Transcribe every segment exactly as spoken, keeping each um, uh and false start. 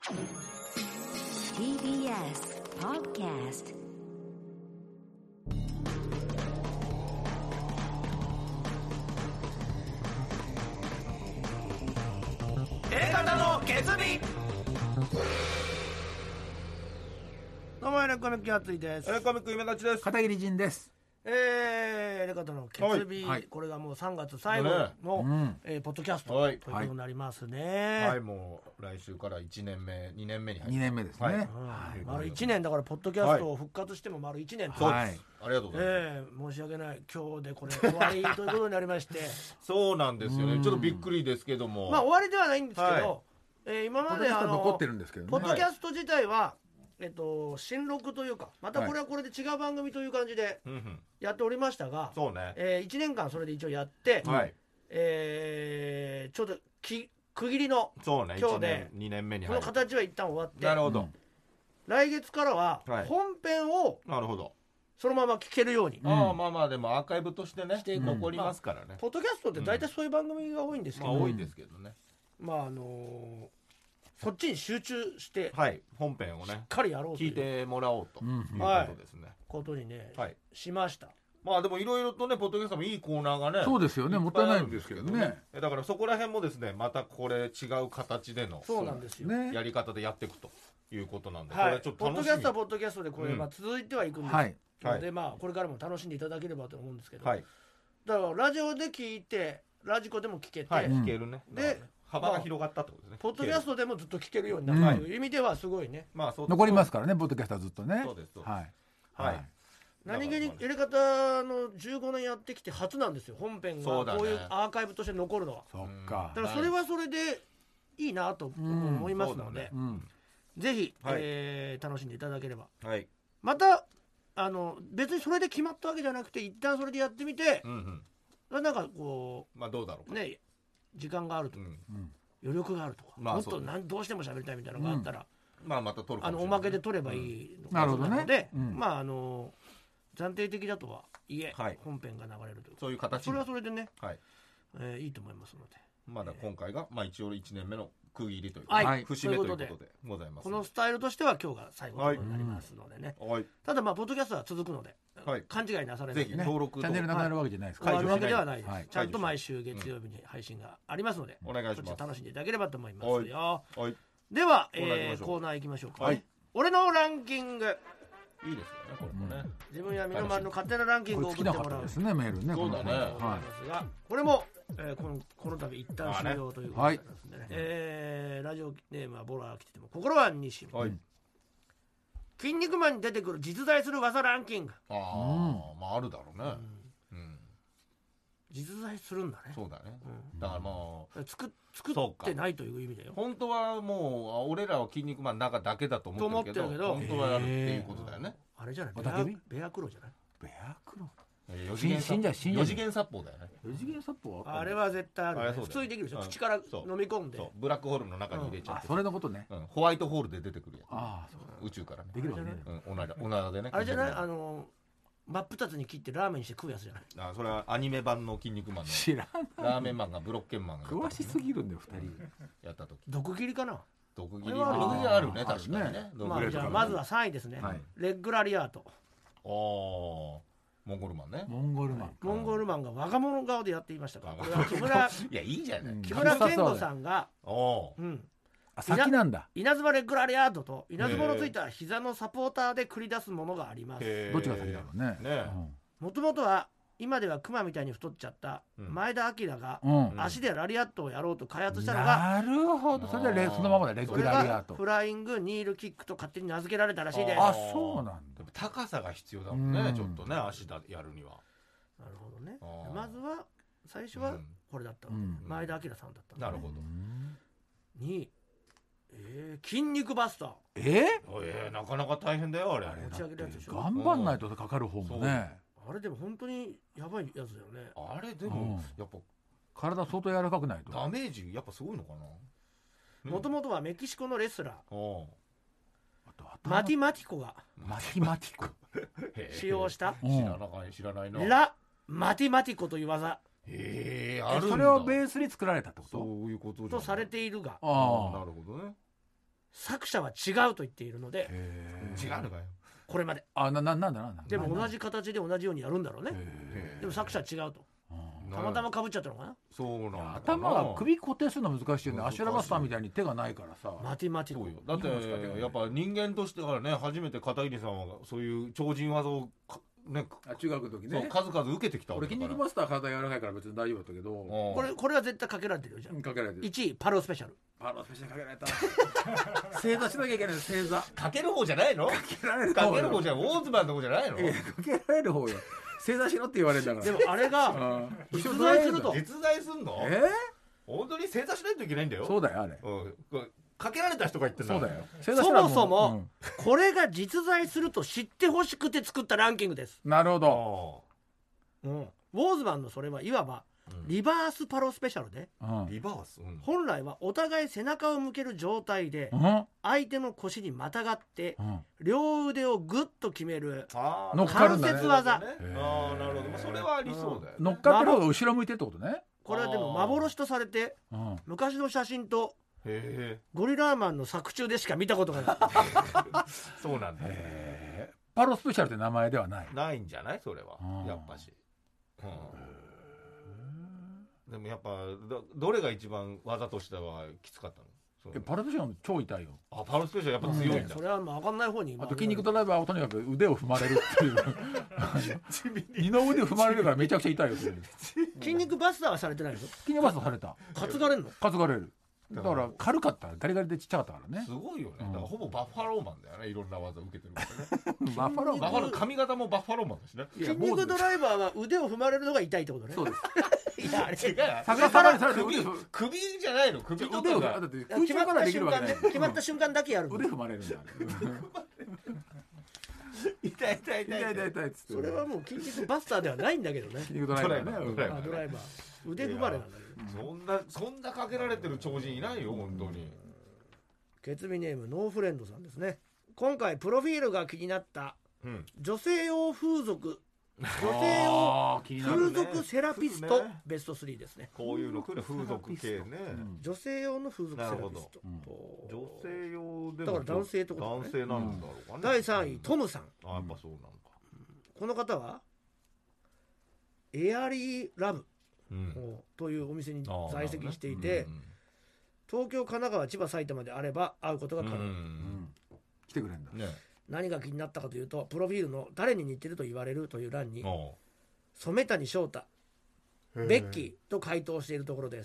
ティービーエス Podcast。 A型の決意。 どうもエレコミックやついです。 エレコミック夢立ちです。 片桐仁です。 えー、エレカタの決日、 はいこれがもうさんがつ最後の、 ねえーポッドキャストはいということになりますね。 はい、もう来週からいちねんめにねんめに入にねんめですね。 はいうんはい丸いちねんだからポッドキャストを復活しても丸いちねんと、 そうはいです、ありがとうございます、 えー、申し訳ない、今日でこれ終わりということになりましてそうなんですよね。 うんちょっとびっくりですけども、 まあ終わりではないんですけど、 はいえー今ポッドまであのキャストは残ってるんですけどね。 ポッドキャスト自体は、えっと、新録というかまたこれはこれで違う番組という感じでうんうんやっておりましたが、 そうね、 えー、いちねんかんそれで一応やって、 はい、 えーちょっとき区切りのそうね、1 今日で年にねんめにこの入る。 形は一旦終わって、 なるほど、 うん来月からははい本編をなるほど、 そのまま聞けるように、 んああまあまあでもアーカイブとしてねしていく残りますからね、 ポッドキャストって大体そういう番組が多いんですけど、 まあ多いですけどね、 まああのーそっちに集中してしっはい、本編をねかりやろうとい聞いうてもらおうというこはいとですね、 ことにね、 はい、 しました。 まあでもいろいろとねポッドキャストもいいコーナーがね、 そうですよね。もったいないんですけどね。 えだからそこら辺もですねまたこれ違う形でのそうなんですよ、 ね。 やり方でやっていくということなんで、こはい、 れちょっとポッド楽しみキャストはポッドキャストでこれ、 うんまあ、続いてはいくんです、 はい。 はいでまあこれからも楽しんでいただければと思うんですけど、 はい、 だからラジオで聞いてラジコでも聞けて、 はい、 うん聞けるね。 でだからね幅が広がったってことですね。 ポッドキャストトでもずっと聞けるようになるという意味ではすごいね、 まあそう残りますからね、ポッドキャストはずっとね。 そうですそうですはい。 はい。 何気にだからやり方のじゅうごねんやってきて初なんですよ、本編そうだねがこういうアーカイブとして残るのは。 そっかだ。からそれはそれでいいなと思いますので、 うんうん。 ぜひ、 はいえー楽しんでいただければ。 まあはい。 またあの別にそれで決まったわけじゃなくて一旦それでやってみてうんうん。 なんかこまあどうだろうか。 うね時間があるとか、 うん。 うん。 余力があるとか、もっとまあそうねなんどうしても喋りたいみたいなのがあったら、 まあまた撮るかあのおもしれないまけで取ればいいのなるほどねので、 うんまああの暫定的だとはいえ、 はい本編が流れるというそういう形にそれはそれでね、 はい。 えーいいと思いますので、 まだ今回がまあ一応いちねんめの区切りというはいか節目ということというこでございます。 このスタイルとしては今日が最後ということになりますのでね、 はい。 ただまあポッドキャストは続くので、 はい勘違いなされずぜひにね登録とチャンネルなくなるわけじゃないですか。 終わるわけではないです、 はいちゃんと毎週月曜日に配信がありますので、 お願いします。 そちら楽しんでいただければと思いますよ。 はい。 では、 コーナー行きましょうえーコーナー行きましょうか、 はい俺のランキング、 いいですよねこれもね。 自分や身の回りの勝手なランキンこれグを送尽きなかったってもらうですね、メールね。 そうだねこのと思いはますが、これも、えーこのこの度一旦終了ということになりますんでね、えーラジオネームはボラー来てても心は西はい。 筋肉マンに出てくる実在する技ランキング、 ああ、まああるだろうね。うん。 実在するんだね、 そうだね。 うだからまあん、作作そうかってないという意味だよ。 本当はもう俺らは筋肉マンの中だけだと思ってるけど、 と思ってるけど本当はやるっていうことだよね。 あれじゃない、ベ雄たけびアベアクロじゃない、 ベアクロ。 えー四次元死んじゃう死んじゃう四次元殺法だよね。 四次元殺法はあれは絶対ある、ね、 あれそうだよ普通にできるでしょ、 うん口から飲そうみ込んで、 そうブラックホールの中に入れちゃあっ、て、 それのことね。 うん、ホワイトホールで出てくるやああ、そうつ宇宙からね。 できるわけね。 うん、おならおならでね。 あれじゃない、ああの真っ二つに切ってラーメンにして食うやつじゃない。 あそれはアニメ版の筋肉マンの知らん。 ラーメンマンがブロッケンマンがやった詳しすぎるんだよ、二人。 やった時毒切りかな。 毒切りこれは毒切りあるねあー確かにねあるねまあ、 毒切りとかねじゃあまずはさんいですね、 はいレッグラリアート。 あーモンゴルマンね。 モンゴルマン。 モンゴルマンが若者顔でやっていましたから、 あこれは木村いやいいじゃない。 うん木村健吾さんが、 おーうん、 あ、先なんだ。 稲妻レッグラリアートと稲妻のついた膝のサポーターで繰り出すものがあります。 へーどっちが先だろうね。 ねもともとは今ではクマみたいに太っちゃったうん前田明がうん。うん。 足でラリアットをやろうと開発したのが、 なるほど。それでレそのままだ、レッグそれがラリアートフ。ライングニールキックと勝手に名付けられたらしいです。 あ、そうなんだ。 でも高さが必要だもんね、 うんちょっとね足だやるには。 なるほどねあー。 まずは最初はうんこれだった、 うん前田明さんだったんだねなるほど。 に、えー筋肉バスターええー、なかなか大変だよあれ。 あれ持ち上げるやつでしょ。 頑張んないとかかる方もね。 あれでも本当にやばいやつだよね。 あれでうんもやっぱ体相当柔らかくないと。 ダメージやっぱすごいのかな。 もともとはメキシコのレスラーおーあと頭マティマティコがマティマティコ。 へー使用したうん知らない知らないな。 ラ・マティマティコという技へえあるんだ。 それをベースに作られたってこと。 そういうことじゃんとされているが、 あああなるほどね。 作者は違うと言っているので、 違うのかよ。 これまであなななんだなんだでも同じ形で同じようにやるんだろうね。でも作者は違うと、たまたま被っちゃったのかな。 そうなんだ。 頭が首固定するの難しいよね。アシュラマスターみたいに手がないからさ。 マティマティそうよ。だってやっぱ人間としてからね、初めて片桐さんはそういう超人技をね、 中学の時ね、 数々受けてきたわ俺けだから。 筋肉マスター体柔らかいから別に大丈夫だったけど、 これこれは絶対かけられてるよ。じゃんかけられてる。 いちいパロスペシャル。 パロスペシャルかけられた。正座しなきゃいけないの。正座かける方じゃないの？かけられるかける方じゃウォーズマンの方じゃないの？ かけられる方よ。正座しろって言われるんだから。 でもあれが実在すると。 実在すんの？ えー、 本当に正座しないといけないんだよ。 そうだよあれ。 うん。かけられた人が言ってんだ。 そうだよ。 そもそもこれが実在すると知ってほしくて作ったランキングです。 なるほど。 うん、ウォーズマンのそれはいわばリバースパロスペシャルで、 うん、リバース、うん、 本来はお互い背中を向ける状態で、うん、相手の腰にまたがって、うん、両腕をグッと決める関節技。 ああなるほど、まあ、それはありそうだよ、ね、 乗っかってる方が後ろ向いてってことね。 これはでも幻とされて、うん、昔の写真とゴリラーマンの作中でしか見たことがないそうなんだ。 パロスペシャルって名前ではないないんじゃないそれは、うん、やっぱし、うん、でもやっぱ ど, どれが一番技としてはきつかったの？ パロスペシャル超痛いよ。 あ、パロスペシャルやっぱ強いんだ、うん、 それは分かんない方に。 あと筋肉ドライバーはとにかく腕を踏まれるっていう二の腕踏まれるからめちゃくちゃ痛いよ。 筋肉バスターはされてないでしょ？ 筋肉バスターされた。 担がれるの？ 担がれる。だから軽かったらガリガリでちっちゃかったからね。 すごいよね、うん、だからほぼバッファローマンだよね。いろんな技受けてるからねバッファローマン、 バッファロー髪型もバッファローマンだしね。 筋肉ドライバーは腕を踏まれるのが痛いってことね。 そうですいやあれ違う逆さまにされて首首じゃないの。首と腕をかだって空中からできるわけない。 決まった瞬間だけやるの。 腕踏まれるんだ痛い痛い痛い痛い痛い痛いっつって。 それはもう筋肉バスターではないんだけどね。 筋肉ドライバーね。 ドライバードライバー腕踏まれなんだけど。 そんなそんなかけられてる超人いないよ本当に。 ケツミネームノーフレンドさんですね。今回プロフィールが気になった女性用風俗、女性用風俗セラピストベストスリーですね。 こういうの来る風俗系ね。 女性用の風俗セラピスト。 女性用でもだから男性ってことね。 男性なんだろうかね。 だいさんいトムさん。 あ、やっぱそうなのか。 この方はエアリーラブうんというお店に在籍していて、東京、神奈川、千葉、埼玉であれば会うことが可能、うんうん、 来てくれるんだ、ね、 何が気になったかというと、プロフィールの誰に似てると言われるという欄に染谷翔太、ベッキーと回答しているところです。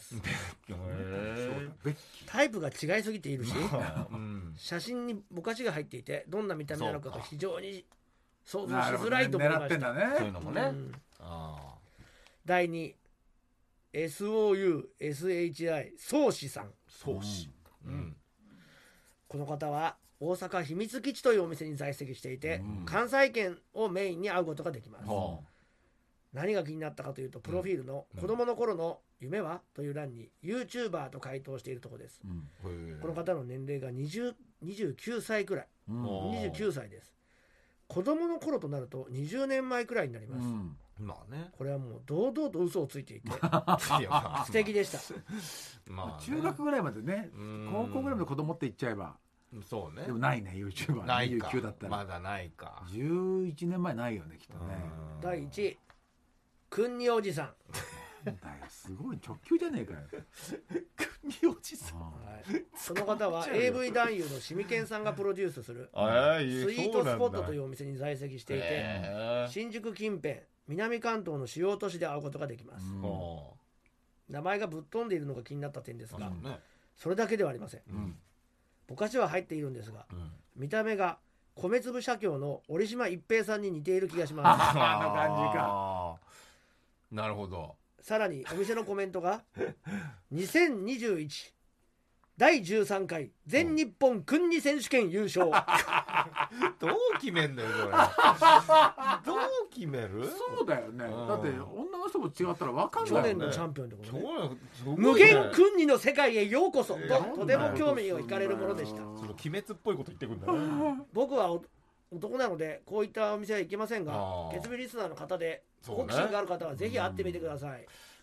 タイプが違いすぎているし、うん、写真にぼかしが入っていてどんな見た目なのかが非常に想像しづらいと思いました。 そういうのもね、うん、あだいにエスオーユーエスエイチアイ 宗師さん。 宗師、うん、 この方は大阪秘密基地というお店に在籍していて、うん、関西圏をメインに会うことができます、うん、何が気になったかというと、プロフィールの子供の頃の夢はという欄に YouTuber と回答しているところです、うん、この方の年齢がにじゅう、にじゅうきゅうさいくらい、うん、にじゅうきゅうさいです。子供の頃となるとにじゅうねんまえくらいになります、うん、 まあね、 これはもう堂々と嘘をついていて素敵でしたまあ、ね、中学ぐらいまでね、高校ぐらいまで子供って言っちゃえばそうね。 でもないね YouTuber ないか、 にじゅうきゅうだったらまだないか。 じゅういちねんまえないよねきっとね。 だいいちいくんにおじさんだよ、すごい直球じゃねえかよくんにおじさん、 はい、その方は エーブイ 男優のシミケンさんがプロデュースするスイートスポットというお店に在籍していて、新宿近辺南関東の主要都市で会うことができます、うん、名前がぶっ飛んでいるのが気になった点ですが、うんね、それだけではありません、うん、ぼかしは入っているんですが、うん、見た目が米粒社協の折島一平さんに似ている気がしますあの感じか。 なるほど。 さらにお店のコメントがにせんにじゅういちだいじゅうさんかい全日本くんに選手権優勝どう決めんだよそれどう決める。 そうだよね、だって女の人も違ったら分かんないよね。去年のチャンピオンってことね。無限くんにの世界へようこそととても興味を惹かれるものでした。 その鬼滅っぽいこと言ってくんだね僕は男なのでこういったお店は行けませんが、月日リスナーの方で好奇心がある方はぜひ会ってみてください。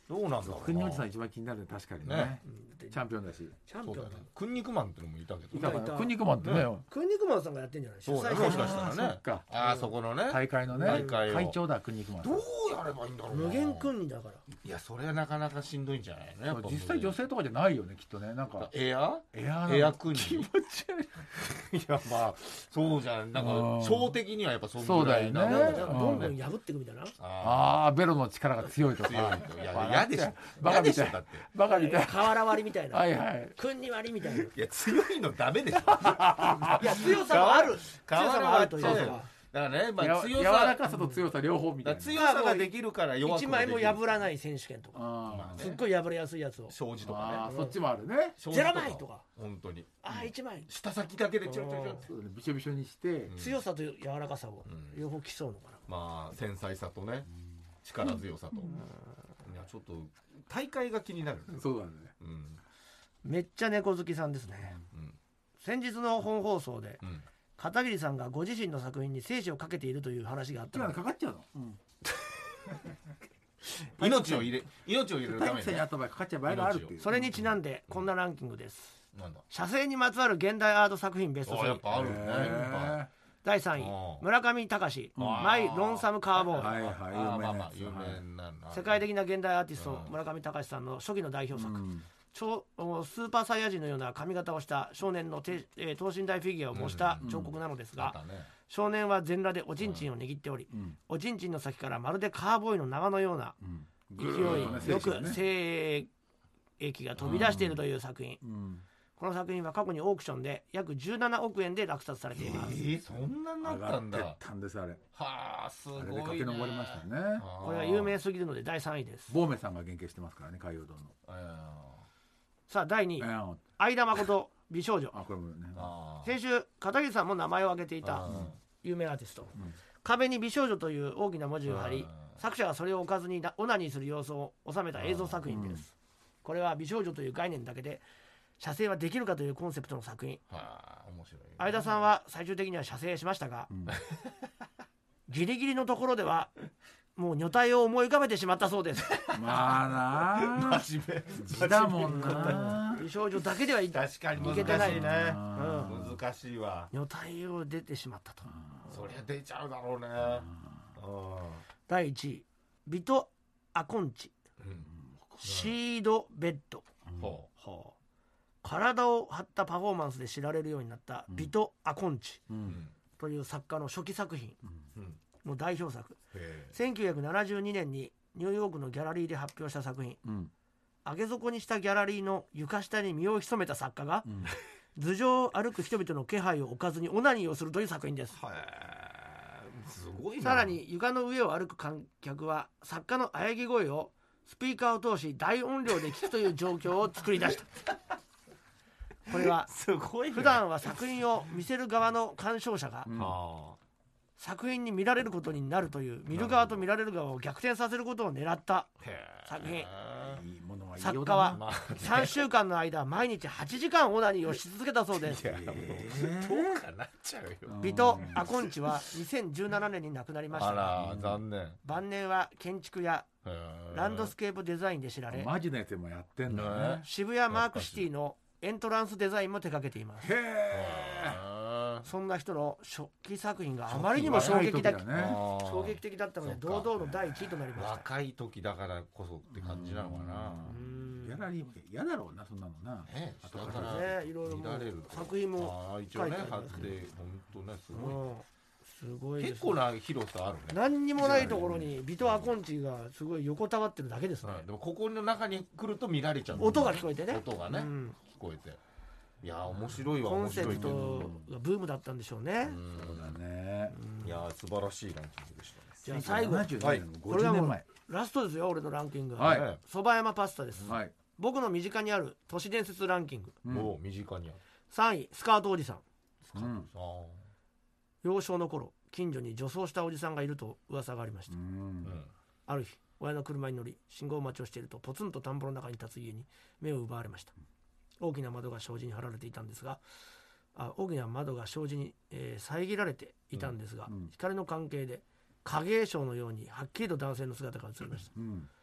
どうなんだろうな。 国おじさん一番気になるね、確かにねねうんチャンピオンだし。 チャンピオンだそうだね。クンニクマンってのもいたけどいたいたクンニクマンってね、 クンニクマンさんがやってんじゃない？ そうだね、 主催もしかしたらねそっか。 ああそこのね大会のね大会を会長だ、クンニクマンさん。 どうやればいいんだろうな。 無限クンニだから。 いやそれはなかなかしんどいんじゃないのやっぱ。 実際女性とかじゃないよね、きっとね。なんかエアエアーエアクンニ。 気持ち悪い。 いやまあそうじゃん。なんかうん小的にはやっぱそんぐらいなそうだよねなんかどんどん破っていくみたいな。 あああ、ベロの力が強いとか。 強いといや嫌でしょ。 バカみたい嫌でしょだって。 バカみたい。 瓦割りみたいな。 はいはい。 クンニ割りみたいな。いいや強いのダメでしょ。 や強さもある。強さもあるというそうそうか。 だからね、まやあ、強柔らさかさと強さ両方みたいな。 強さができるから弱く一もできる。 枚も破らない選手権とか。 あねすっごい破れやすいやつを。 障子とあかね。 ー、そっちもあるね。 ゼロ枚とか。 本当に。 ああ一枚。 下先だけでちょちょちょ。 そうだね、びしょびしょにして。 強さと柔らかさをうん両方競うのかな。 まあ繊細さとね、力強さと。いやちょっと大会が気になる。 そうだね。 うんめっちゃ猫好きさんですね。 うん先日の本放送でうん。 片桐さんがご自身の作品に生死をかけているという話があった違うののかかっちゃうの。 命を入れ命を入れるた大学生にめにね会った場合かかっちゃう場合があるっていう。 それにちなんでこんなランキングです。 なんだ。 写生にまつわる現代アート作品ベストあやっスリーぱあるね。やっだいさんいあー村上隆あーマイ・ロンサム・カーボーイ、 はいはい、 ぱ。あーまあまあ有有名なやつ。 名なの。 世界的な現代アーティストうん村上隆さんの初期の代表作、 うん超スーパーサイヤ人のような髪型をした少年のて、えー等身大フィギュアを模した彫刻なのですが、 またね。 少年は全裸でおちんちんを握っており、 うんおちんちんの先からまるでカーボーイの縄のようなうん勢ぐるーっとねいよく精子がね精液が飛び出しているという作品、 うんこの作品は過去にオークションで約じゅうななおくえんで落札されています。 えーそんなにな上がってっったんだ。 たんですあれ。 はあすごいね。 あれで駆け上りましたね。 あーこれは有名すぎるのでだいさんいです。 ボーメさんが原型してますからね、海洋堂の。 さあだいにいえー相田誠美少女。 あ、これもね。 あー先週片桐さんも名前を挙げていたうん有名アーティスト、 うん壁に美少女という大きな文字を貼りうん作者がそれを置かずにオナニーする様子を収めた映像作品です。これは美少女という概念だけで写生はできるかというコンセプトの作品。 はあ面白いね。 相田さんは最終的には写生しましたが、 うんギリギリのところではもう女体を思い浮かべてしまったそうですまあなあ。 真面字だもんな。 美少女だけではい確かに難しいいけてないね。 うん難しいわ。 女体を出てしまったと。 そりゃ出ちゃうだろうね。 だいいちいビト・アコンチうんシードベッド、 ほはあ体を張ったパフォーマンスで知られるようになったビト・アコンチうう。うんんという作家の初期作品うんの代表作、 へせんきゅうひゃくななじゅうにねんにニューヨークのギャラリーで発表した作品。 うん上げ底にしたギャラリーの床下に身を潜めた作家がうん頭上を歩く人々の気配を置かずにオナニーをするという作品です。 え。へえ。すごいな。 さらに床の上を歩く観客は作家の喘ぎ声をスピーカーを通し大音量で聞くという状況を作り出したこれはすごいね。 普段は作品を見せる側の鑑賞者がうんは作品に見られることになるという見る側と見られる側を逆転させることを狙ったあ。へえ。 作品。 いいものはいいよ作家はまあさんしゅうかんの間毎日はちじかんオナニーをし続けたそうです。 いやもうどうかなっちゃうよ。 ビト・アコンチはにせんじゅうななねんに亡くなりましたあがら残念。 晩年は建築やへえランドスケープデザインで知られマジのやつもやってんだね。 渋谷マークシティのエントランスデザインも手掛けています。 へえ。 へえ。 そんな人の初期作品があまりにも衝撃的若い時だね。 あー衝撃的だったのでそっか堂々のだいいちいとなりました。 若い時だからこそって感じなのかな。 うんギャラリーも嫌だろうな、そんなのな。 ね後かだからねいろいろ見もうられると作品もあー一応ね書いてあ貼っりますけどて本当ねすごい。 うんすごいです結構な広さあるね。 何にもないところにビト・アコンチがすごい横たわってるだけですね。 はいでもここの中に来ると見られちゃう。 音が聞こえてね音がねうん聞こえて。いやー面白いわコンセプ面白いけど。 トがブームだったんでしょうね。 うんそうだね。 いやー素晴らしいランキングでしたね。 じゃあ最後ななじゅうななねんの50 これがもう年前。 ラストですよ俺のランキング。 はいねそば山パスタです。 はい。 僕の身近にある都市伝説ランキング。 うんもう身近にある。 さんいスカートおじさん。 うんあ幼少の頃近所に女装したおじさんがいると噂がありましうた。 ーうんん。 ある日親の車に乗り信号待ちをしているとポツンと田んぼの中に立つ家に目を奪われました。大きな窓が障子に貼られていたんですがあ大きな窓が障子に、えー遮られていたんですが、 うんうん光の関係で影絵像のようにはっきりと男性の姿が映りました。 うん。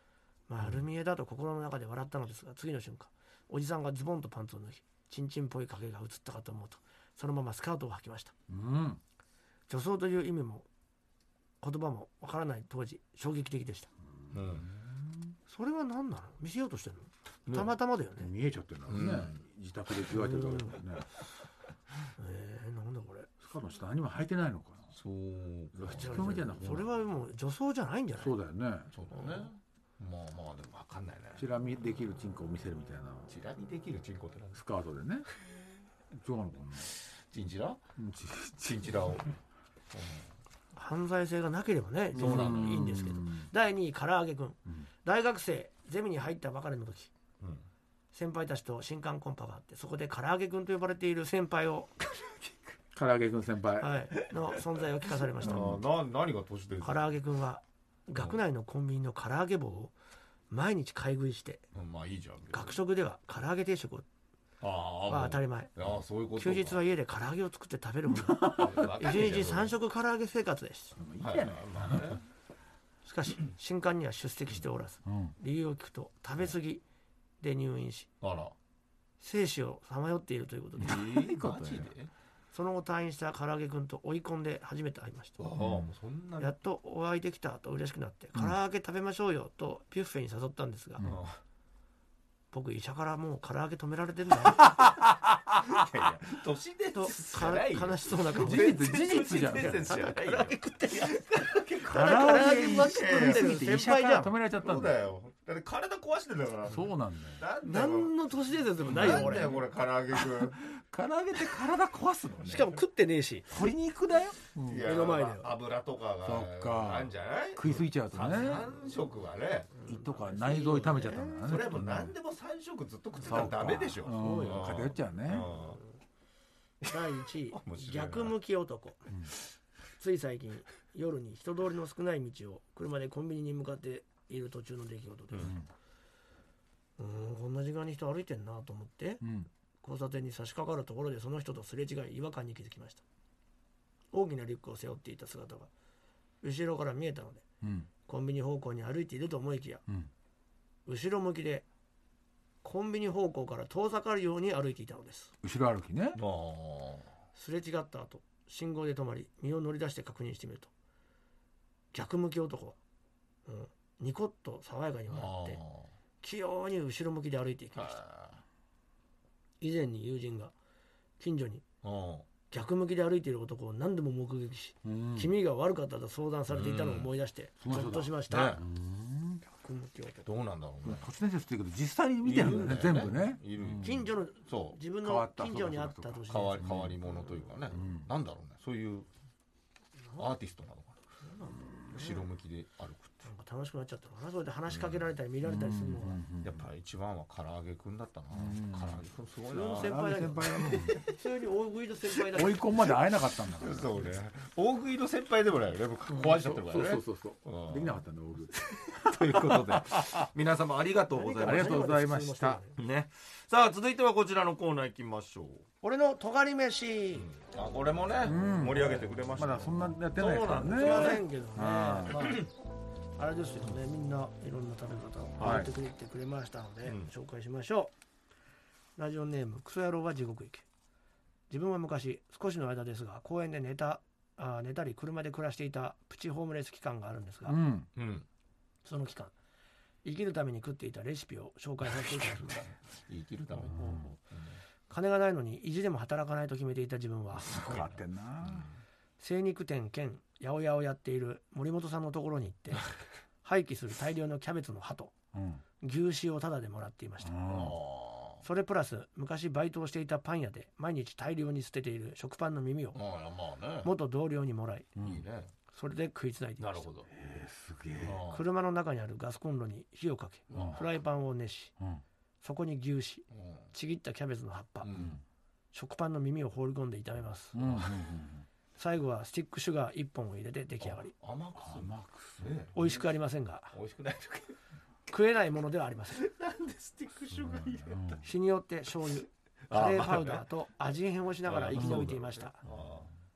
まあアルミエだと心の中で笑ったのですが、次の瞬間おじさんがズボンとパンツを脱ぎチンチンっぽい影が映ったかと思うと、そのままスカートを履きました。 うん女装という意味も言葉もわからない当時衝撃的でした。 うんそれは何なの？見せようとしてるの？ ねたまたまだよね。 見えちゃってるんだろうね、 うん自宅で着替えてるだけだからね。 えー、なんだこれ。 スカートの下何も履いてないのかな。 そう地球みたいな。 それはもう女装じゃないんじゃない？ そうだよね。 そうだね。まあまあでも分かんないね。 チラ見できるチンコを見せるみたいなチラ見できるチンコってなんですスカートでね。違うのかな。 チンチラうんちチンチラを。 犯罪性がなければね、 そうなのいいんですけど。 うんだいにい唐揚げくん、 ん大学生ゼミに入ったばかりの時、 うん先輩たちと新刊コンパがあって、そこで唐揚げくんと呼ばれている先輩を、 唐揚げくん先輩、 はい、の存在を聞かされました。 あーな何が年で唐揚げくんは学内のコンビニの唐揚げ棒を毎日買い食いして、 うんまあいいじゃん。 学食では唐揚げ定食あは当たり前、 ああそういうことか。 休日は家で唐揚げを作って食べるほどい一日三食唐揚げ生活です。 いいじゃない。 まあね。 しかし新刊には出席しておらず、 うん理由を聞くと食べ過ぎで入院しあら。 生死をさまよっているということで、 えー、マジで？ その後退院した唐揚げくんと追い込んで初めて会いましたあ。あもうそんなに。 やっとお会いできたと嬉しくなって、唐揚げ食べましょうよとビュッフェに誘ったんですが、 うんあ僕医者からもう唐揚げ止められてるんだよいやいや都市伝と説じゃないよ。 か悲しそうな顔事で実事実じゃん。 都市伝説じゃないよ。 唐揚げばっか食ってる食いすぎて医者先輩じゃんから止められちゃったそんだよ。 うだよ。だって体壊してんだから。 そうなんだよ。 なんだよ。 何の都市伝説でもないよなん俺だよこれ唐揚げく唐揚げって体壊すのね。 しかも食ってねえし、 鶏肉だよ。 ん。いや目の前でよまあ油とかがそっかあんじゃない？ 食いすぎちゃうとね。 三食はね。 胃とか内臓痛めちゃったんだね。 それはもう何でも三食ずっと食ってたらダメでしょ。 そうよ。偏っちゃうね。 だいいちい面白いな逆向き男、つい最近夜に人通りの少ない道を車でコンビニに向かっている途中の出来事で、うーんこんな時間に人歩いてんなと思ってうん。 交差点に差し掛かるところでその人とすれ違い違和感に気づきました。大きなリュックを背負っていた姿が後ろから見えたので、 うん。 コンビニ方向に歩いていると思いきや、 うん。 後ろ向きでコンビニ方向から遠ざかるように歩いていたのです。 後ろ歩きね。 ああ。 すれ違った後信号で止まり身を乗り出して確認してみると、逆向き男は、うん、ニコッと爽やかに笑って器用に後ろ向きで歩いていきました。以前に友人が近所にあ逆向きで歩いている男を何度も目撃し、 うん気味が悪かったと相談されていたのを思い出してうんゾッとしました。 ねうん逆向き男、 どうなんだろうね。 都市伝説って言うけど実際に見てるんだよね全部ね。 いる。 近所のそう。 自分の変わった近所にあった都市伝説、 変わり変わり者というかね。 うんなんだろうね。そういうアーティストなのかな。後ろ向きで歩くって。 なんか楽しくなっちゃったのかな、それで話しかけられたり見られたりするのが、 やっぱ一番は唐揚げくんだったな。 ん唐揚げくんすごい普通のな。 先輩だけど先輩だもん。 普通に大食いの先輩だけど追い込んまで会えなかったんだから。 そうね。大食いの先輩でもないよね。僕壊しちゃってるからね。 そうそうそううんできなかったんだ僕。 ということで皆様ありがとうございましありがとうございました。 た。ね。さあ続いてはこちらのコーナー行きましょう。 俺の尖り飯、 あこれもね、 ん盛り上げてくれましたね。 まだそんなやってないからね。 すいませんけどね、 あまあ、あれですよね、みんないろんな食べ方をはい教えてくれてくれましたので、 うん紹介しましょう。ラジオネームクソ野郎は地獄行け。自分は昔少しの間ですが公園で寝たあ寝たり車で暮らしていたプチホームレス期間があるんですが、 うん。 うん。 その期間生きるために食っていたレシピを紹介させていただきます。 生きるために。 金がないのに意地でも働かないと決めていた自分は変わってんな。 精肉店兼八百屋をやっている森本さんのところに行って廃棄する大量のキャベツの葉とうん。 牛脂をタダでもらっていました。 あそれプラス昔バイトをしていたパン屋で毎日大量に捨てている食パンの耳をあ。まあまあね。 元同僚にもらい、 うんいいね。 それで食いつないでいました。 なるほど。 えーすげえ。 あ車の中にあるガスコンロに火をかけうんフライパンを熱しうん。 そこに牛脂うんちぎったキャベツの葉っぱ、 うん食パンの耳を放り込んで炒めます。 うん。うん。 最後はスティックシュガーいっぽんを入れて出来上がり、 甘くする。 甘くする。 ね美味しくありませんが美味しくない食えないものではありません。 なんでスティックシュガー入れた。 日によって醤油カレーパウダーと味変をしながら生き延びていました。 あ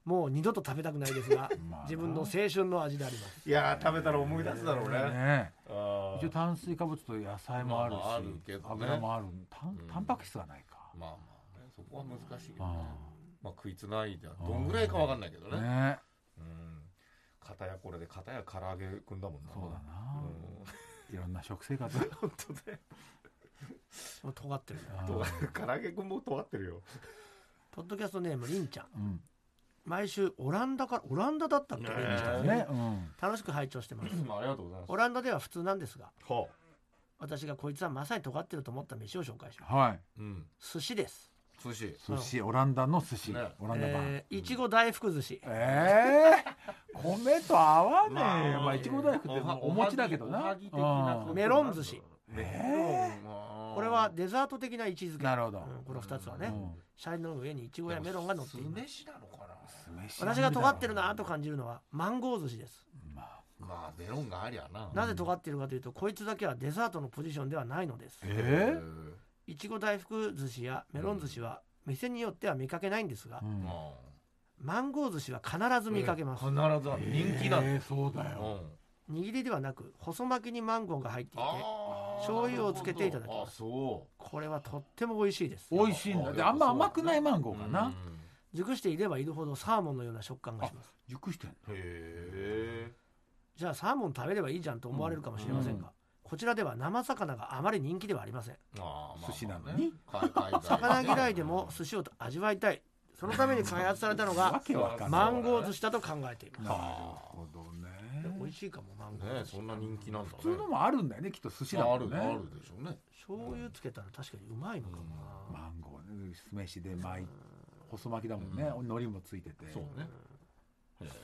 もう二度と食べたくないですがまあ自分の青春の味でありますいやー食べたら思い出すだろうね。 ねあ一応炭水化物と野菜もあるし、 まあまああるけどね油もあるタン、 うんタンパク質はないか、 まあまあねそこは難しいけどね。 あまあ食いつないでどんぐらいかわかんないけどね。 あねうん。片やこれで片や唐揚げくんだもんな。 そうだな、 ういろんな食生活ん。本当だよ。 もう尖ってるあとー唐揚げくんも尖ってるよ。 ポッドキャストネームりんちゃんうん毎週オランダからオランダだったっけ、 ねりんちゃんね、うん楽しく拝聴してますまあありがとうございます。 オランダでは普通なんですがはあ。 私がこいつはまさに尖ってると思った飯を紹介しますはいうん。 寿司です、 寿司。 寿司、オランダの寿司、 ねオランダ版、 えーいちご大福寿司えー、米と合わねえよ、 まあまあいちご大福ってお餅だけどな、 おはぎ的なうんメロン寿司メロンこれはデザート的な位置づけなるほど、 うんこのふたつはね、 うんシャリの上にいちごやメロンが乗っています酢飯なのかな。 私が尖ってるなと感じるのはマンゴー寿司ですまあまあメロンがありゃな。 なぜ尖っているかというとこいつだけはデザートのポジションではないのですえいちご大福寿司やメロン寿司は店によっては見かけないんですがー、うんまマンゴー寿司は必ず見かけます、 必ず人気だ。 えー、そうだよ、 うん。 握りではなく細巻きにマンゴーが入っていてあー醤油をつけていただきますあ、そこれはとっても美味しいです美味しいんだであんま甘くないマンゴう。 ーかな、 うん熟していればいるほどサーモンのような食感がします熟してんのへえ。 じゃあサーモン食べればいいじゃんと思われるかもしれませんが、こちらでは生魚があまり人気ではありませんあーまあ寿司なのにまあね海外魚嫌いでも寿司を味わいたいそのために開発されたのわがけわかんないマンゴー寿司だと考えていますなるほどね美味しいかもマンゴねー寿司そんな人気なんだね。 普通のもあるんだよねきっと寿司だあるもんねあるでしょうね。 醤油つけたら確かにうまいのかもな、 マンゴーね酢飯で巻い細巻きだもんね、海苔もついててそうね。へえ。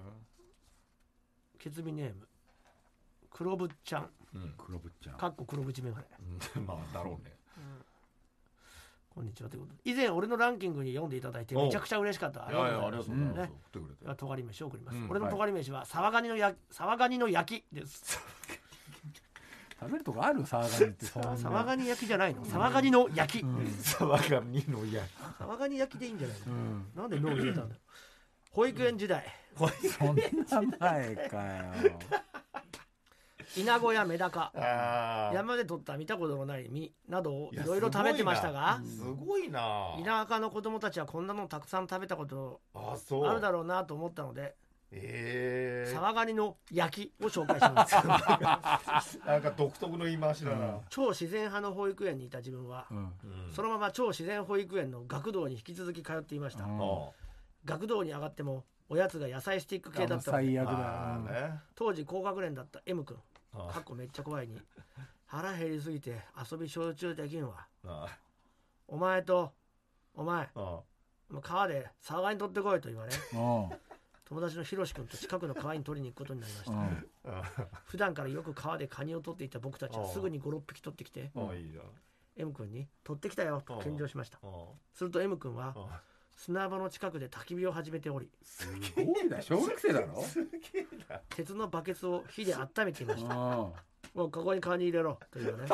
ケツビネーム黒ぶっちゃんうん。 黒ぶっちゃんかっこ黒縁メガネうんまあだろうね。 こんにちはということで以前俺のランキングに読んでいただいてめちゃくちゃ嬉しかったいやいやありがとうございます。 ね振ってくれて。 ではとがり飯を送ります、 うん俺のとがり飯はサワガニのやサワガニの焼きです食べるとこあるサワガニってそんなサワガニ焼きじゃないのサワガニの焼き、 サワガニのや。 サワガニ焼きでいいんじゃないの、 うんなんで脳入れたんだよ保育園時代そんな前かよイナゴやメダカああ。 山で取った見たことのない実などをいろいろ食べてましたがすごいな。 田舎の子供たちはこんなのたくさん食べたことあそう。 あるだろうなと思ったのでええサワガニの焼きを紹介しますなんか独特の言い回しだな。 超自然派の保育園にいた自分はうんうんそのまま超自然保育園の学童に引き続き通っていました、 うんあ学童に上がってもおやつが野菜スティック系だったので最悪だよあーね。 当時高学年だった M 君あかっこめっちゃ怖いに腹減りすぎて遊び集中できんわあお前とお前あ川でサワガニ取ってこいと言われうん友達のひろし君と近くの川に取りに行くことになりました、 うんあ普段からよく川でカニを取っていた僕たちはすぐにごろっぴき取ってきてあいいじゃん。 M 君に取ってきたよと献上しましたあすると M 君はあ砂場の近くで焚き火を始めておりすごいな小学生だろ鉄のバケツを火で温めていましたうんもうここにカニ入れろというね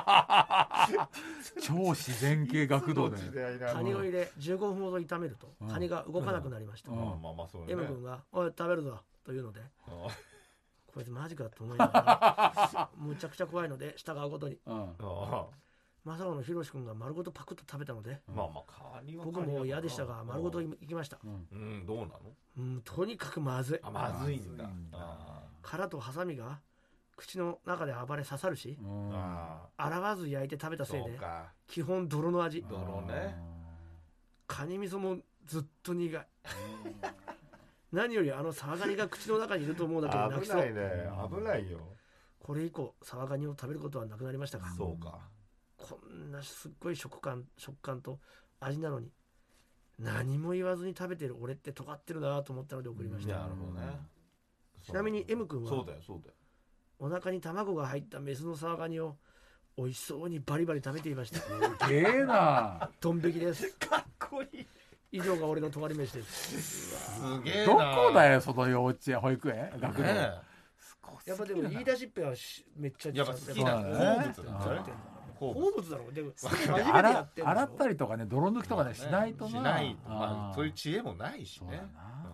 超自然系学童で時代だなカニを入れじゅうごふんほど炒めるとうんカニが動かなくなりました、 うんまあまあまあそうね。 M 君が「おい食べるぞ」というのであこいつマジかと思いながらむちゃくちゃ怖いので従うことにうんあまさかのひろし君が丸ごとパクッと食べたのでまあまあカニはカニ僕も嫌でしたが丸ごといきましたうんうんどうなの？ うんとにかくまずいあまずいんだ。 まずいんだあ殻とハサミが口の中で暴れ刺さるしうんあ洗わず焼いて食べたせいでそうか。 基本泥の味泥ね。 カニ味噌もずっと苦い何よりあのサワガニが口の中にいると思うだけで泣きそう危ないね。危ないよ。 これ以降サワガニを食べることはなくなりましたがそうか。 こんなすっごい食感食感と味なのに何も言わずに食べてる俺って尖ってるなと思ったので送りましたなるほどね。 ちなみに M 君はそうだよそうだよ。 お腹に卵が入ったメスのサワガニを美味しそうにバリバリ食べていましたすげえなドン引きですかっこいい。 以上が俺の尖り飯ですすげえな。 どこだよその幼稚園保育園学童ねやっぱでも言い出しっぺはしめっちゃやっぱ好きなやっぱ好そうだね物なんだね。好好物。 物だろうでも初めてや洗ってんでしょ洗ったりとかね泥抜きとかねしないとなしないと。まあーあそういう知恵もないしそうだね。 な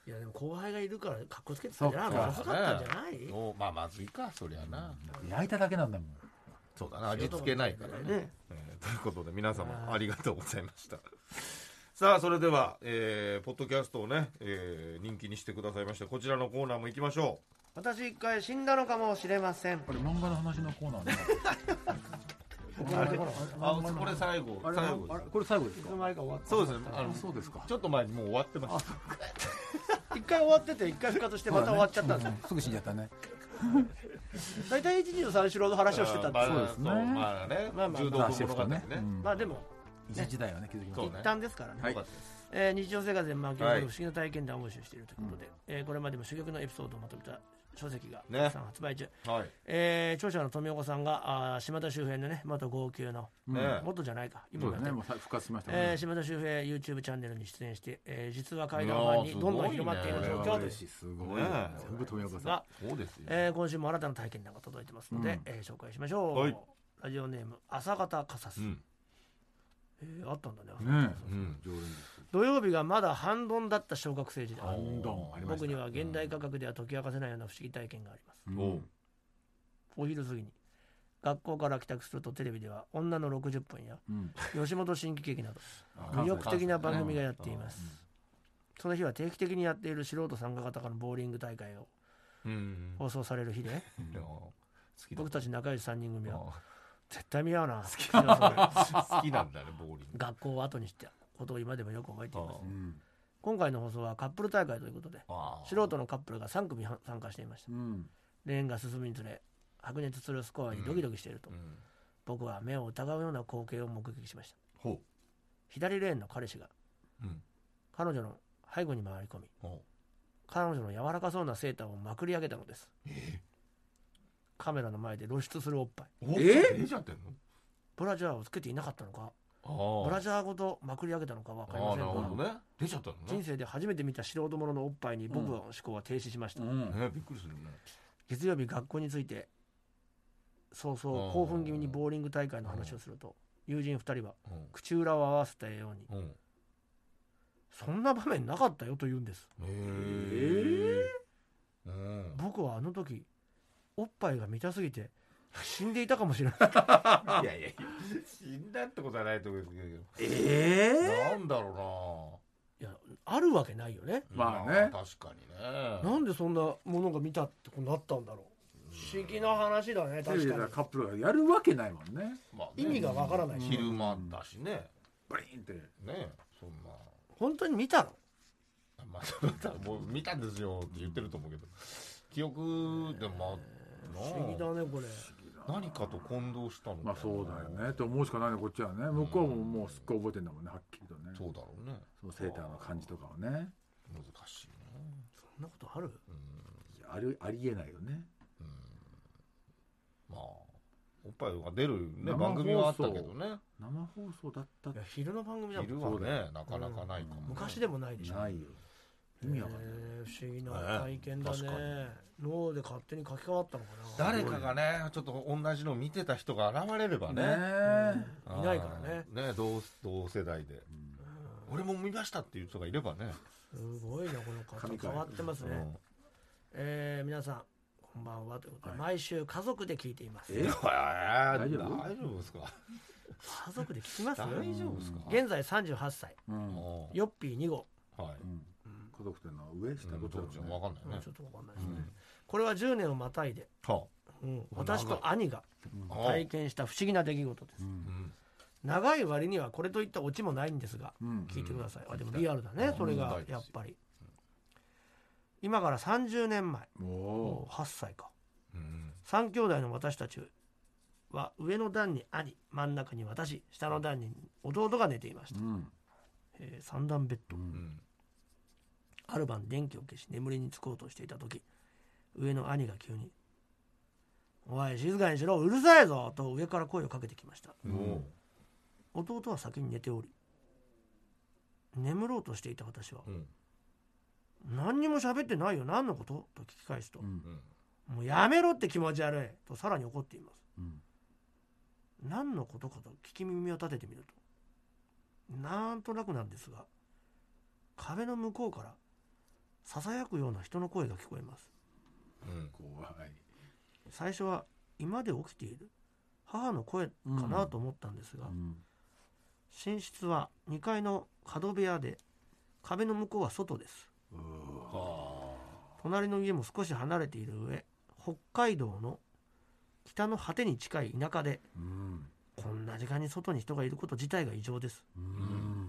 いやでも後輩がいるからかっこつけてたんじゃないの？遅かったんじゃない？ おまあまずいかそりゃな、 焼いただけなんだもん。 そうだな、味付けないからね、ね、えー、ということで皆様ありがとうございましたさあそれでは、えー、ポッドキャストをね、えー、人気にしてくださいましたこちらのコーナーも行きましょう。私一回死んだのかもしれません。 これ漫画の話のコーナーねあれあこれ最後あれ最後あれこれ最後ですか？ 前が終わった。 そうですね、あのそうですか。 ちょっと前にもう終わってます一回終わってて一回復活してまた終わっちゃったんですよ、 ね、すぐ死んじゃったね大体一二三四郎の話をしてたんです。 そうですね。まあね、まあまあ柔道物語ね。 まあでも一時代はね気づきました。 一旦ですからね。はい。えー、日常生活で巻き起こる不思議な体験談を募集しているということで、はい、えー、これまでも珠玉のエピソードをまとめた書籍がたくさん発売中。ね、はい。えー、著者の富岡さんがあ島田秀平のね元号泣の、ね、元じゃないか今ねもう復活しましたね。 えー、島田秀平 YouTube チャンネルに出演して、えー、実は怪談ファンにどんどん広まっている状況です。 すごいね。全部富岡さん。 そうですよ。 えー、今週も新たな体験談が届いてますので、うん、えー、紹介しましょう。はい、ラジオネーム朝方カサス。うん、えー、あったんだね。ねうん、土曜日がまだ半ドンだった小学生時代。僕には現代価格では解き明かせないような不思議体験があります。うん、お昼過ぎに学校から帰宅するとテレビでは女のろくじゅっぷんや、うん、吉本新喜劇など魅力的な番組がやっています。その日は定期的にやっている素人参加型のボーリング大会を放送される日で、僕たち仲良しさんにん組は絶対見合うな好きなんだねボーリング。 学校を後にしてことを今でもよく覚えています。今回の放送はカップル大会ということで素人のカップルがさん組参加していました。レーンが進むにつれ白熱するスコアにドキドキしていると、僕は目を疑うような光景を目撃しました。左レーンの彼氏が彼女の背後に回り込み、彼女の柔らかそうなセーターをまくり上げたのです。カメラの前で露出するおっぱい。 えー、出ちゃってんの？ ブラジャーをつけていなかったのか、ブラジャーごとまくり上げたのか分かりませんが、 なるほどね、出ちゃったのね。 人生で初めて見た素人者のおっぱいに僕の思考は停止しました。うんうんえー、びっくりするね。 月曜日学校についてそうそう興奮気味にボーリング大会の話をすると、友人ふたりは口裏を合わせたように、うん、そんな場面なかったよと言うんです。えー、うん、僕はあの時おっぱいが見たすぎて死んでいたかもしれないいやいや死んだってことはないと思うんですけど、 えー、なんだろうな。いやあるわけないよね。 まあね、確かにね。 なんでそんなものが見たってこうなったんだろう。不思議な話だね。確かにカップルがやるわけないもんね。 まあ、ね、意味がわからないし、 昼間だしね、 バリンってね、そんな本当に見たの？ まあもう見たんですよって言ってると思うけど、記憶でも不思議だねこれ。 何かと混同したのかな。 まあそうだよねと思うしかないねこっちはね。向こうももうすっごい覚えてんだもんね、はっきりとね。 そうだろうね。 そのセーターの感じとかはね。 難しいね。 そんなことある？ うん、ありありえないよね。 うん、まあおっぱいが出るね番組はあったけどね。 生放送だったっ。 いや昼の番組だもん。 昼はねなかなかないかも、ね、 昔でもないでしょ。 ないよ。意味わかんない。 不思議な体験だね。脳で勝手に書き換わったのかな。誰かがねちょっと同じの見てた人が現れればね。ねいないからね。 ね 同, 同世代で、うん、俺も見ましたっていう人がいればね。 すごいなこの方変わってますね。うん、えー、皆さんこんばんはということで、はい、毎週家族で聞いています。 えー、大丈夫？大丈夫ですか？ 家族で聞きます？ 大丈夫ですか？ 現在さんじゅうはっさい、うん、ヨッピーに号。 はい。 うん家族っていうのは上下どっちだろうね。 わかんないね。 ちょっとわかんないですね。うん、これはじゅうねんをまたいで、はあうん、私と兄が体験した不思議な出来事です。うん、長い割にはこれといったオチもないんですが、うん、聞いてください。あでもリアルだね。それがやっぱり。今からさんじゅうねんまえ、もうはっさいか。うん、さん兄弟の私たちは上の段に兄、真ん中に私、下の段に弟が寝ていました。うんえー、三段ベッド。うんある晩電気を消し眠りにつこうとしていた時、上の兄が急に「おい静かにしろうるさいぞ!」と上から声をかけてきました。うん、弟は先に寝ており眠ろうとしていた私は「うん、何にも喋ってないよ何のこと?」と聞き返すと、うん、もうやめろって気持ち悪いとさらに怒っています。うん、何のことかと聞き耳を立ててみるとなんとなくなんですが壁の向こうからささやくような人の声が聞こえます。 うん、 怖い。 最初は居間で起きている母の声かなと思ったんですが、 うん、 寝室はにかいの角部屋で壁の向こうは外です。隣の家も少し離れている上、北海道の北の果てに近い田舎で、 うん、 こんな時間に外に人がいること自体が異常です、 うん、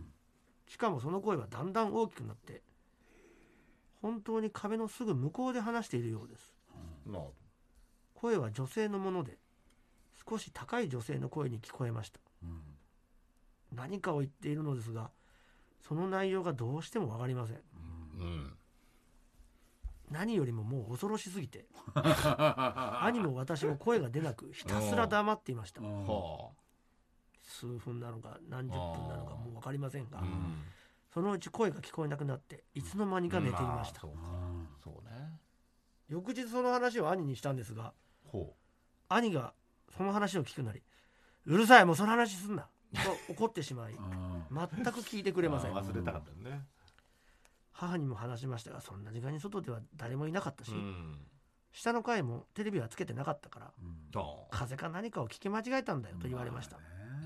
しかもその声はだんだん大きくなって本当に壁のすぐ向こうで話しているようです、 うん、 声は女性のもので少し高い女性の声に聞こえました、 うん、 何かを言っているのですがその内容がどうしても分かりません、 うん、 何よりももう恐ろしすぎて兄も私も声が出なくひたすら黙っていました、数分なのか何十分なのかもう分かりませんが、 うん、 そのうち声が聞こえなくなっていつの間にか寝ていました、 うんまあ、そうそうね。 翌日その話を兄にしたんですが、 ほう兄がその話を聞くなりうるさいもうその話すんなと怒ってしまい全く聞いてくれません。 忘れたかったね。 母にも話しましたがそんな時間に外では誰もいなかったし、 うん、 下の階もテレビはつけてなかったから、 うん、 風か何かを聞き間違えたんだよと言われました、 まうん、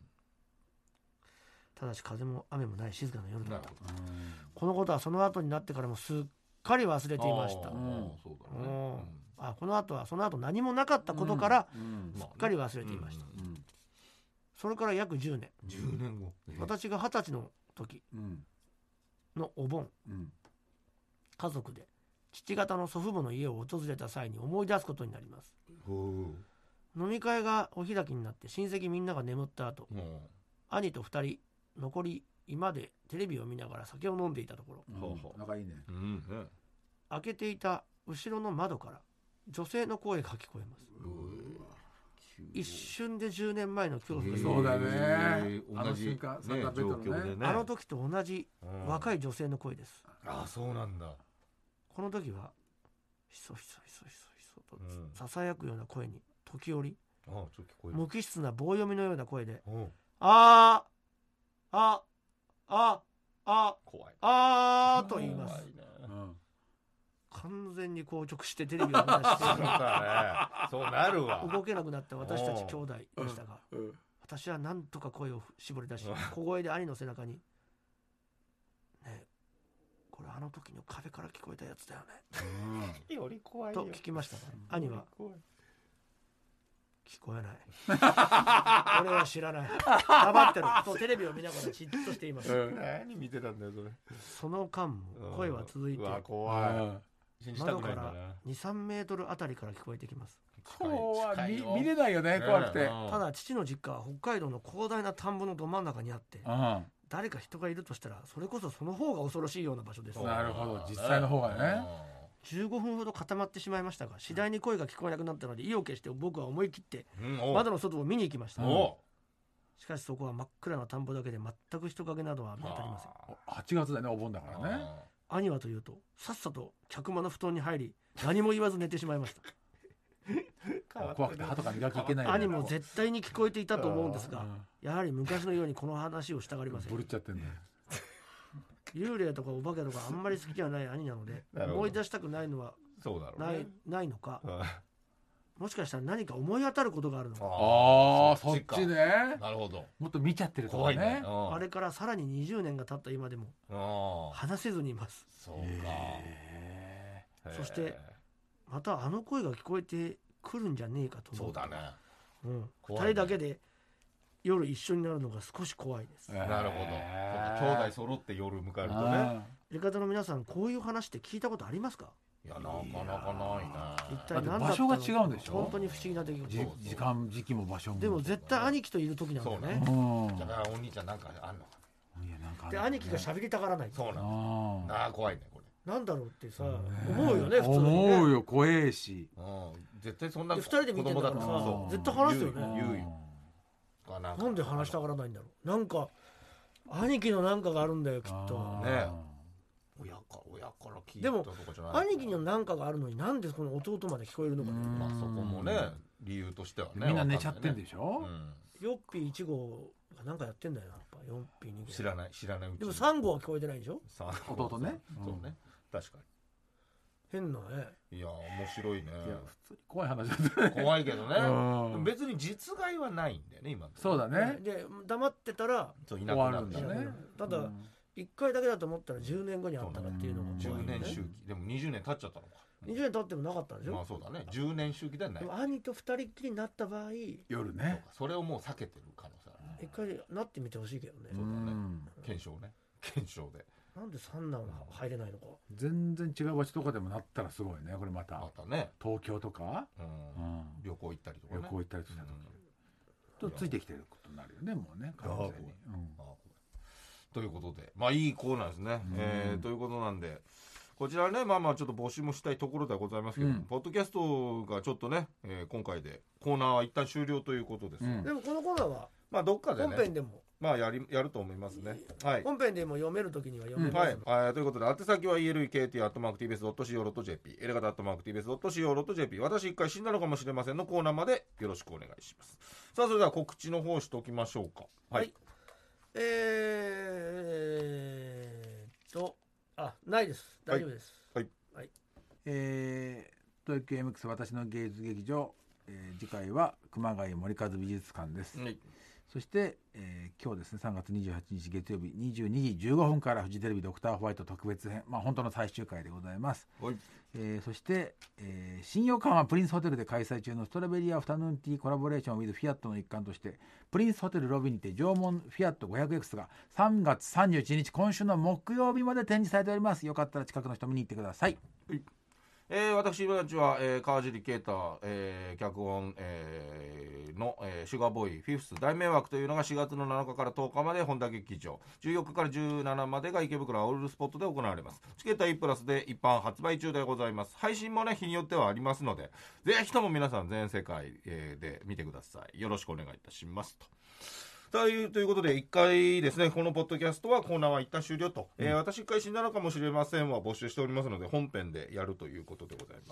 ただし風も雨もない静かな夜だった。 うん、 このことはその後になってからもすっかり忘れていました。 うん、そうだね、 うん、あこの後はその後何もなかったことから、 うんすっかり忘れていました、 うんうん、 それから約じゅうねん、 じゅうねんご、 私がはたちの時のお盆、 うん、 家族で父方の祖父母の家を訪れた際に思い出すことになります。飲み会がお開きになって親戚みんなが眠った後、 うん、 兄とふたり残り居間でテレビを見ながら酒を飲んでいたところ、 うん、仲いいね、 うん、 開けていた後ろの窓から女性の声が聞こえます。一瞬でじゅうねんまえの恐怖が、 そうだね、 同じ、ね、状況でね、 あの時と同じ若い女性の声です、 うん、ああそうなんだ。 この時はひそひそひそひそひそとささやくような声に時折、 うん、ああちょっと聞こえる無機質な棒読みのような声で、 うん、 あーあああ怖いあーと言います、 ね、 うん、 完全に硬直してテレビを見出してそうだね、そうなるわ。 動けなくなった私たち兄弟でしたが、 うん、 私は何とか声を絞り出し小声で兄の背中に、ねえこれあの時の壁から聞こえたやつだよね、 うん、より怖いよと聞きましたが、兄は聞こえない俺は知らない黙ってるとテレビを見ながらじっとしています、 うん、何見てたんだよそれ。 その間も声は続いて、 うわ怖い、信じたくないんだな。 窓からに、さんメートルあたりから聞こえてきます。 怖い、見, 見れないよね、怖くて、 ただ父の実家は北海道の広大な田んぼのど真ん中にあって、 うん、 誰か人がいるとしたらそれこそその方が恐ろしいような場所です。 なるほど、実際の方がね。 じゅうごふんほど固まってしまいましたが、次第に声が聞こえなくなったので意を決して僕は思い切って窓の外を見に行きました、うん、しかしそこは真っ暗な田んぼだけで全く人影などは見当たりません。 はちがつだね、お盆だからね。 兄はというとさっさと客間の布団に入り何も言わず寝てしまいました怖くて歯とか磨きいけない、ね、 兄も絶対に聞こえていたと思うんですが、やはり昔のようにこの話をしたがりません。 ブルっちゃってんだよ。 幽霊とかお化けとかあんまり好きじゃない兄なので思い出したくないのはそうだろう、ね、 ない、ないのか、もしかしたら何か思い当たることがあるのか。 ああ、そっちね。 なるほど。 もっと見ちゃってるとかね。 ね、 あれからさらににじゅうねんが経った今でも話せずにいます。 そうか。 そしてまたあの声が聞こえてくるんじゃねえかと思う。 そうだね、 うん、ふたりだけで夜一緒になるのが少し怖いです。 なるほど。兄弟揃って夜迎えるとね。 入れ方の皆さんこういう話って聞いたことありますか？ いやなかなかないな。 一体何だったの？ 場所が違うんでしょ。 本当に不思議な出来事。 時間時期も場所も。 でも絶対兄貴といる時なんだよね。 だからお兄ちゃんなんかあんのかな。いやなんか、ね。 で兄貴が喋りたがらない。 そうなんだ。ああ怖いねこれ。 なんだろうってさ、思うよね普通にね。 思うよ、怖えし。 うん、絶対そんな二人で見てんだからさ、絶対話すよね。 言うよ。 なんで話したがらないんだろう。なんか兄貴のなんかがあるんだよきっと。 ね。親か親から聞いたとかじゃない。 でも兄貴には何かがあるのになんでこの弟まで聞こえるのかね。 まあそこもね理由としてはね。 みんな寝ちゃってんでしょ。 ヨッピーいち号がなんかやってんだよやっぱ。ヨッピーに号知らない知らないうちに。 でもさん号は聞こえてないでしょ。 弟ね。そうね。 確か変なね。 に。いや面白いね。 いや普通に怖い話だったね。 怖いけどね。 うん別に実害はないんだよね今のところ。 そうだね。 で黙ってたらそういなくなる終わるんだね。 ただうんいっかいだけだと思ったらじゅうねんごにあったらっていうのがじゅう怖いよね。 ねん周期でもにじゅうねん経っちゃったのか。 にじゅうねん経ってもなかったんでしょ。 まあそうだね。じゅうねん周期ではないで。も兄と二人っきりになった場合一夜ね。 それをもう避けてる可能性あるね。 回なってみてほしいけどね。 そうだねん検証ね。検証で。 なんで三男は入れないのか。 全然違う場所とかでもなったらすごいね。これまたまたね。 東京とか、 うんうん旅行行ったりとかね。 旅行行ったりした時うんとついてきてることになるよね。もうね完全に。うんあということでまあいいコーナーですね、 うんえーということなんでこちらねまあまあちょっと募集もしたいところではございますけど、 うんポッドキャストがちょっとね、えー今回でコーナーは一旦終了ということです、 うんでもこのコーナーはまあどっかでね本編でもまあやりやると思いますねはい本編でも読めるときには読めますはい、えーということで宛先は イーエルイーケーティー アットマーク ティービーエス ドット シーオー ドット ジェーピー エレガタ アットマーク ティービーエス ドット シーオー ドット ジェーピー 私一回死んだのかもしれませんのコーナーまでよろしくお願いします。さあそれでは告知の方しておきましょうか。はい、 はいえーっとあないです大丈夫です。 えー、東京 エムエックス 私の芸術劇場、えー次回は熊谷森和美術館です。 はいそして、えー今日ですねさんがつにじゅうはちにち月曜日にじゅうにじじゅうごふんからフジテレビドクターホワイト特別編、まあ本当の最終回でございます。 はいえーそして、えー新横浜プリンスホテルで開催中のストロベリーアフタヌーンティーコラボレーション with フィアットの一環としてプリンスホテルロビーにて縄文フィアット ごひゃくエックス がさんがつさんじゅういちにち今週の木曜日まで展示されております。よかったら近くの人見に行ってください。 えー、私たちは、えー、川尻啓太、えー、脚本、えー、の、えー、シュガーボーイフィフス大迷惑というのがしがつのなのかからとおかまで本田劇場、じゅうよっかからじゅうしちまでが池袋アウルスポットで行われます。チケットは E プラスで一般発売中でございます。配信もね日によってはありますのでぜひとも皆さん全世界、えー、で見てください。よろしくお願いいたしますと。というということでいっかいですねこのポッドキャストはコーナーは一旦終了と、うんえー、私いっかい死んだのかもしれませんは募集しておりますので本編でやるということでございます、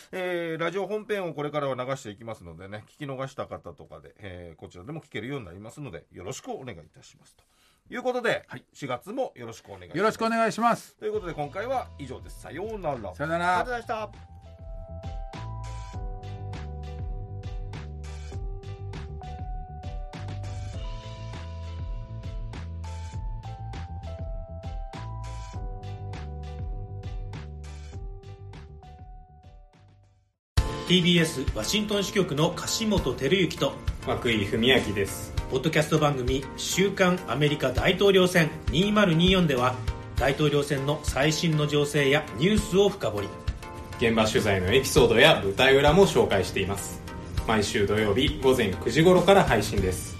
えー、ラジオ本編をこれからは流していきますのでね聞き逃した方とかで、えー、こちらでも聞けるようになりますのでよろしくお願いいたしますということで、はい、しがつもよろしくお願いします。 よろしくお願いします。 ということで今回は以上です。さようなら。 さよなら。 ありがとうございました。 ティービーエス ワシントン支局の樫本照之と涌井文明です。 ポッドキャスト番組週刊アメリカ大統領選にせんにじゅうよんでは大統領選の最新の情勢やニュースを深掘り、 現場取材のエピソードや舞台裏も紹介しています。毎週土曜日午前くじ頃から配信です。